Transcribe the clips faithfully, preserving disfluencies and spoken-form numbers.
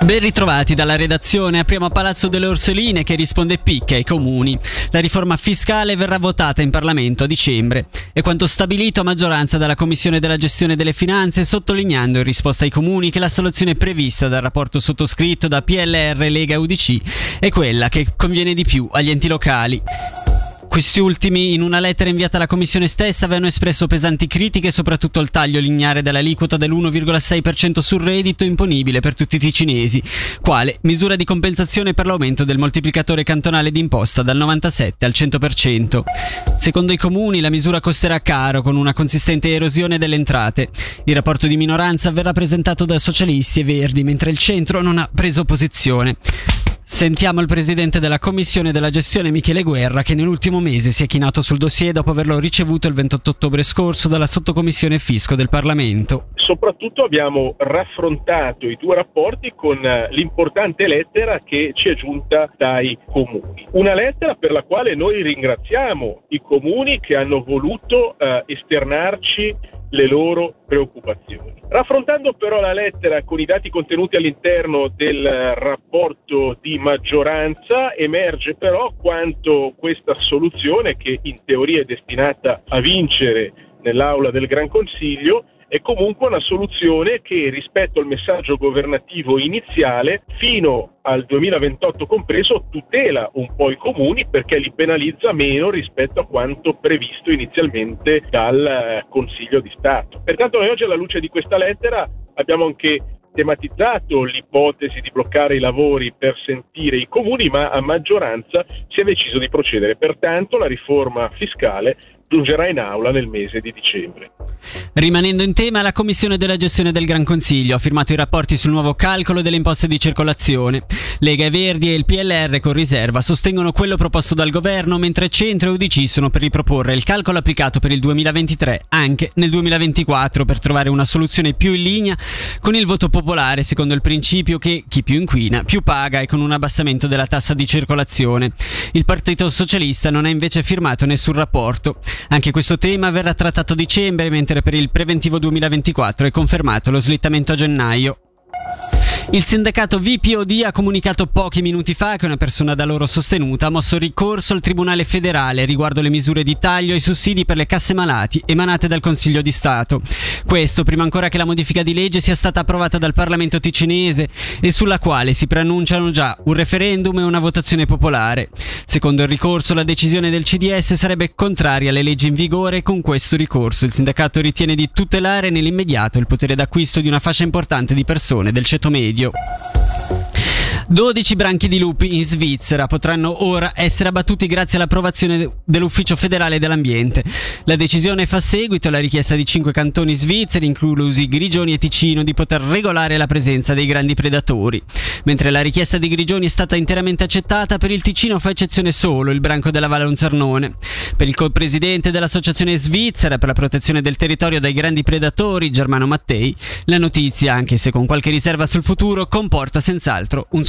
Ben ritrovati dalla redazione. Apriamo a Palazzo delle Orsoline, che risponde picche ai comuni. La riforma fiscale verrà votata in Parlamento a dicembre. È quanto stabilito a maggioranza dalla Commissione della Gestione delle Finanze, sottolineando in risposta ai comuni che la soluzione prevista dal rapporto sottoscritto da P L R, Lega e U D C è quella che conviene di più agli enti locali. Questi ultimi, in una lettera inviata alla Commissione stessa, avevano espresso pesanti critiche, soprattutto al taglio lineare dell'aliquota dell'uno virgola sei per cento sul reddito imponibile per tutti i ticinesi, quale misura di compensazione per l'aumento del moltiplicatore cantonale d'imposta dal novantasette al cento per cento. Secondo i comuni la misura costerà caro, con una consistente erosione delle entrate. Il rapporto di minoranza verrà presentato da socialisti e verdi, mentre il centro non ha preso posizione. Sentiamo il presidente della Commissione della Gestione, Michele Guerra, che nell'ultimo mese si è chinato sul dossier dopo averlo ricevuto il ventotto ottobre scorso dalla sottocommissione fisco del Parlamento. Soprattutto abbiamo raffrontato i due rapporti con l'importante lettera che ci è giunta dai comuni. Una lettera per la quale noi ringraziamo i comuni che hanno voluto eh, esternarci le loro preoccupazioni. Raffrontando però la lettera con i dati contenuti all'interno del rapporto di maggioranza, emerge però quanto questa soluzione, che in teoria è destinata a vincere nell'aula del Gran Consiglio, è comunque una soluzione che, rispetto al messaggio governativo iniziale, fino al duemilaventotto compreso, tutela un po' i comuni perché li penalizza meno rispetto a quanto previsto inizialmente dal Consiglio di Stato. Pertanto noi oggi, alla luce di questa lettera, abbiamo anche tematizzato l'ipotesi di bloccare i lavori per sentire i comuni, ma a maggioranza si è deciso di procedere. Pertanto la riforma fiscale giungerà in aula nel mese di dicembre. Rimanendo in tema, la Commissione della Gestione del Gran Consiglio ha firmato i rapporti sul nuovo calcolo delle imposte di circolazione. Lega e Verdi e il P L R con riserva sostengono quello proposto dal governo, mentre Centro e U D C sono per riproporre il calcolo applicato per il duemilaventitré anche nel duemilaventiquattro, per trovare una soluzione più in linea con il voto popolare, secondo il principio che chi più inquina più paga, e con un abbassamento della tassa di circolazione. Il Partito Socialista non ha invece firmato nessun rapporto. Anche questo tema verrà trattato a dicembre, mentre per il preventivo duemilaventiquattro è confermato lo slittamento a gennaio. Il sindacato V P O D ha comunicato pochi minuti fa che una persona da loro sostenuta ha mosso ricorso al Tribunale federale riguardo le misure di taglio ai sussidi per le casse malati emanate dal Consiglio di Stato. Questo prima ancora che la modifica di legge sia stata approvata dal Parlamento ticinese, e sulla quale si preannunciano già un referendum e una votazione popolare. Secondo il ricorso, la decisione del C D S sarebbe contraria alle leggi in vigore, e con questo ricorso il sindacato ritiene di tutelare nell'immediato il potere d'acquisto di una fascia importante di persone del ceto medio. dodici branchi di lupi in Svizzera potranno ora essere abbattuti grazie all'approvazione dell'Ufficio federale dell'ambiente. La decisione fa seguito alla richiesta di cinque cantoni svizzeri, inclusi Grigioni e Ticino, di poter regolare la presenza dei grandi predatori. Mentre la richiesta di Grigioni è stata interamente accettata, per il Ticino fa eccezione solo il branco della Valle Onzernone. Per il co-presidente dell'Associazione Svizzera per la protezione del territorio dai grandi predatori, Germano Mattei, la notizia, anche se con qualche riserva sul futuro, comporta senz'altro un successo.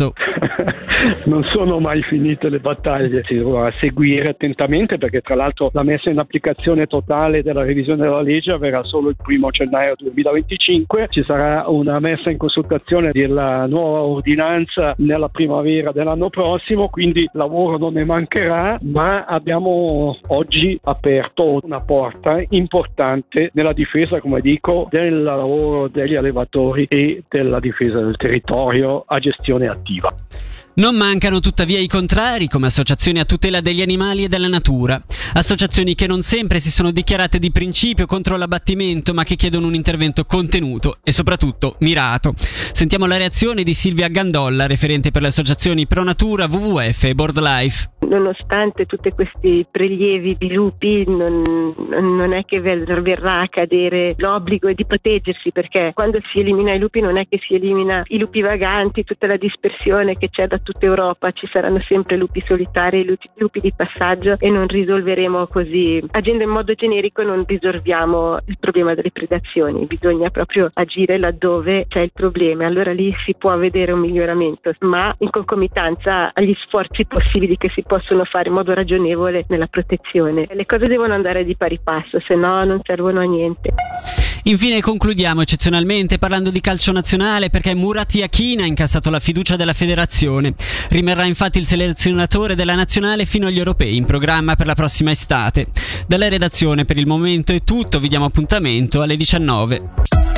Non sono mai finite le battaglie, si dovrà seguire attentamente, perché tra l'altro la messa in applicazione totale della revisione della legge avverrà solo il primo gennaio duemilaventicinque. Ci sarà una messa in consultazione della nuova ordinanza nella primavera dell'anno prossimo, quindi lavoro non ne mancherà, ma abbiamo oggi aperto una porta importante nella difesa, come dico, del lavoro degli allevatori e della difesa del territorio a gestione attiva. Non mancano tuttavia i contrari, come associazioni a tutela degli animali e della natura. Associazioni che non sempre si sono dichiarate di principio contro l'abbattimento, ma che chiedono un intervento contenuto e soprattutto mirato. Sentiamo la reazione di Silvia Gandolla, referente per le associazioni Pro Natura, W W F e BirdLife. Nonostante tutti questi prelievi di lupi, non, non è che verrà a cadere l'obbligo di proteggersi, perché quando si elimina i lupi non è che si elimina i lupi vaganti, tutta la dispersione che c'è da tutta Europa. Ci saranno sempre lupi solitari, lupi, lupi di passaggio, e non risolveremo così, agendo in modo generico non risolviamo il problema delle predazioni. Bisogna proprio agire laddove c'è il problema, allora lì si può vedere un miglioramento, ma in concomitanza agli sforzi possibili che si possono fare in modo ragionevole nella protezione. Le cose devono andare di pari passo, se no non servono a niente. Infine concludiamo eccezionalmente parlando di calcio nazionale, perché Murat Yakin ha incassato la fiducia della federazione. Rimarrà infatti il selezionatore della nazionale fino agli europei in programma per la prossima estate. Dalla redazione per il momento è tutto, vi diamo appuntamento alle diciannove.